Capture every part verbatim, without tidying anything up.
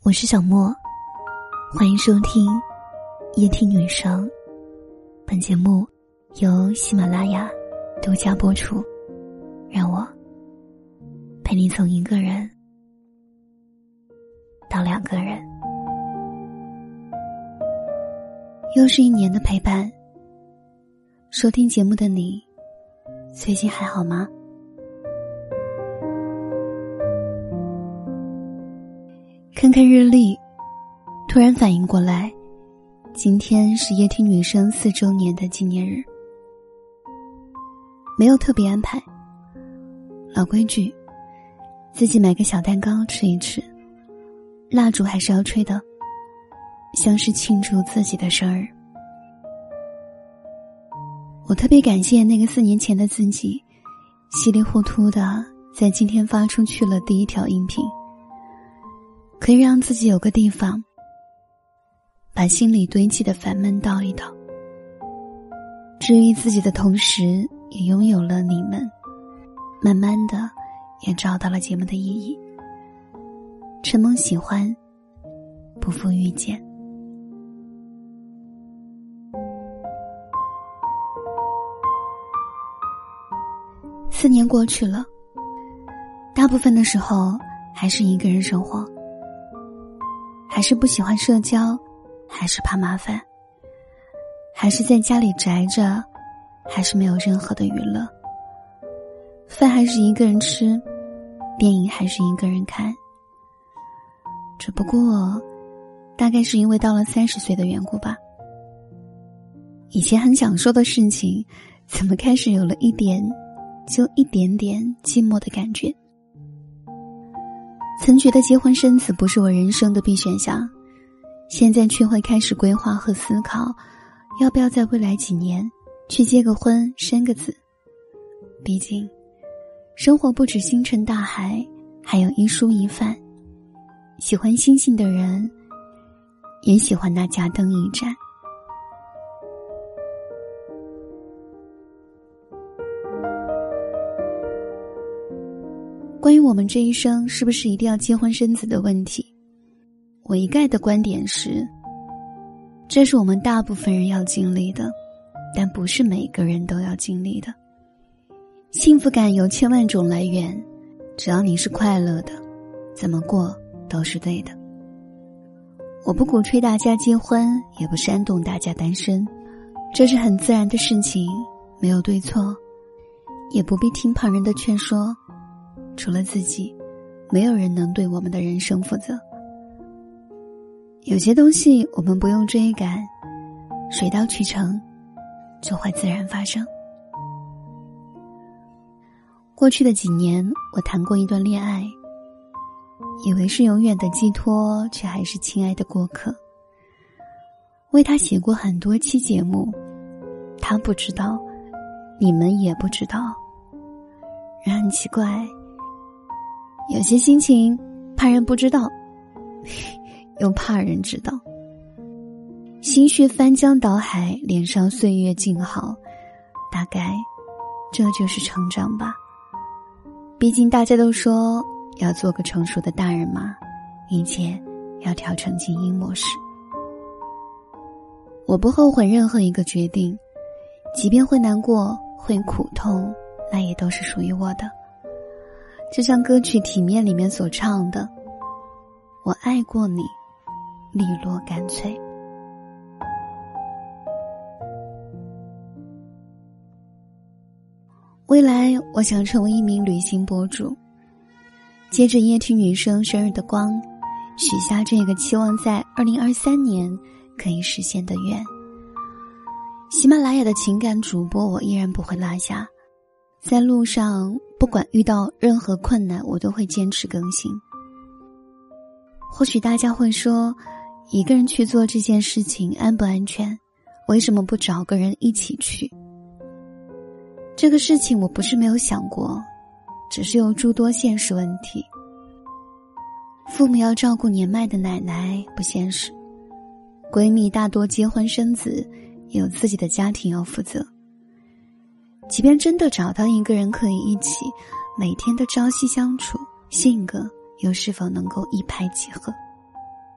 我是小莫，欢迎收听夜听女生。本节目由喜马拉雅独家播出，让我陪你从一个人到两个人。又是一年的陪伴，收听节目的你最近还好吗？看看日历，突然反应过来，今天是夜听女生四周年的纪念日。没有特别安排，老规矩，自己买个小蛋糕吃一吃，蜡烛还是要吹的，像是庆祝自己的生日。我特别感谢那个四年前的自己，稀里糊涂的在今天发出去了第一条音频，可以让自己有个地方把心里堆积的烦闷倒一倒，治愈自己的同时也拥有了你们，慢慢的也找到了节目的意义。承蒙喜欢，不负遇见。四年过去了，大部分的时候还是一个人生活，还是不喜欢社交，还是怕麻烦，还是在家里宅着，还是没有任何的娱乐，饭还是一个人吃，电影还是一个人看。只不过大概是因为到了三十岁的缘故吧，以前很享受的事情，怎么开始有了一点就一点点寂寞的感觉。曾觉得结婚生子不是我人生的必选项，现在却会开始规划和思考，要不要在未来几年去结个婚生个子。毕竟生活不止星辰大海，还有一蔬一饭，喜欢星星的人也喜欢那家灯一盏。关于我们这一生是不是一定要结婚生子的问题，我一概的观点是，这是我们大部分人要经历的，但不是每个人都要经历的。幸福感有千万种来源，只要你是快乐的，怎么过都是对的。我不鼓吹大家结婚，也不煽动大家单身，这是很自然的事情，没有对错，也不必听旁人的劝说，除了自己，没有人能对我们的人生负责。有些东西我们不用追赶，水到渠成，就会自然发生。过去的几年，我谈过一段恋爱，以为是永远的寄托，却还是亲爱的过客。为他写过很多期节目，他不知道，你们也不知道。人很奇怪，有些心情怕人不知道，又怕人知道。心绪翻江倒海，脸上岁月静好，大概这就是成长吧。毕竟大家都说要做个成熟的大人嘛，一切要调成静音模式。我不后悔任何一个决定，即便会难过，会苦痛，那也都是属于我的。就像歌曲《体面》里面所唱的，我爱过你，利落干脆。未来我想成为一名旅行博主，接着夜听女生生日的光，许下这个期望在二零二三年可以实现的愿。喜马拉雅的情感主播我依然不会落下，在路上不管遇到任何困难，我都会坚持更新。或许大家会说，一个人去做这件事情安不安全？为什么不找个人一起去？这个事情我不是没有想过，只是有诸多现实问题。父母要照顾年迈的奶奶不现实，闺蜜大多结婚生子，也有自己的家庭要负责。即便真的找到一个人可以一起每天的朝夕相处，性格又是否能够一拍即合？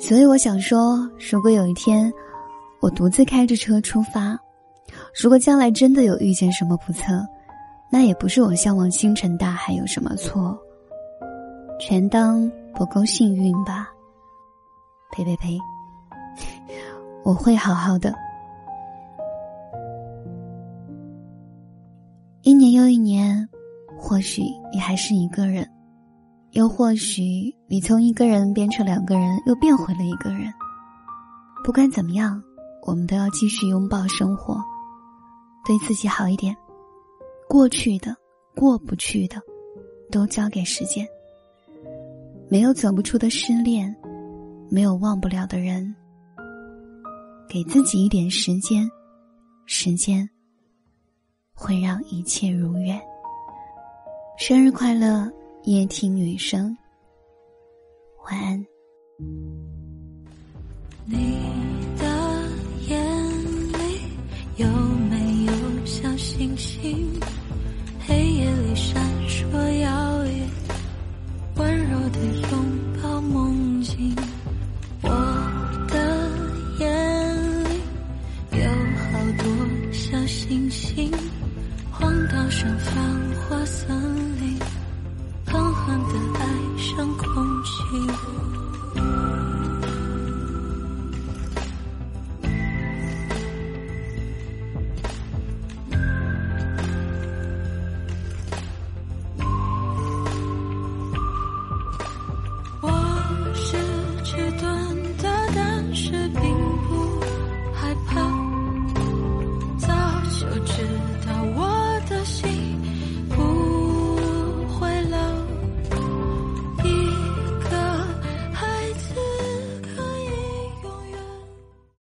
所以我想说，如果有一天我独自开着车出发，如果将来真的有遇见什么不测，那也不是我向往星辰大海有什么错，全当不够幸运吧。呸呸呸，我会好好的。一年又一年，或许你还是一个人，又或许你从一个人变成两个人，又变回了一个人。不管怎么样，我们都要继续拥抱生活，对自己好一点。过去的、过不去的，都交给时间。没有走不出的失恋，没有忘不了的人。给自己一点时间，时间会让一切如愿。生日快乐，夜听女生，晚安。 你的眼里有没有小星星，黑夜里闪烁耀眼，温柔的拥抱梦境。我的眼里有好多小星星，荒岛上繁花森林，狠狠地爱上空气。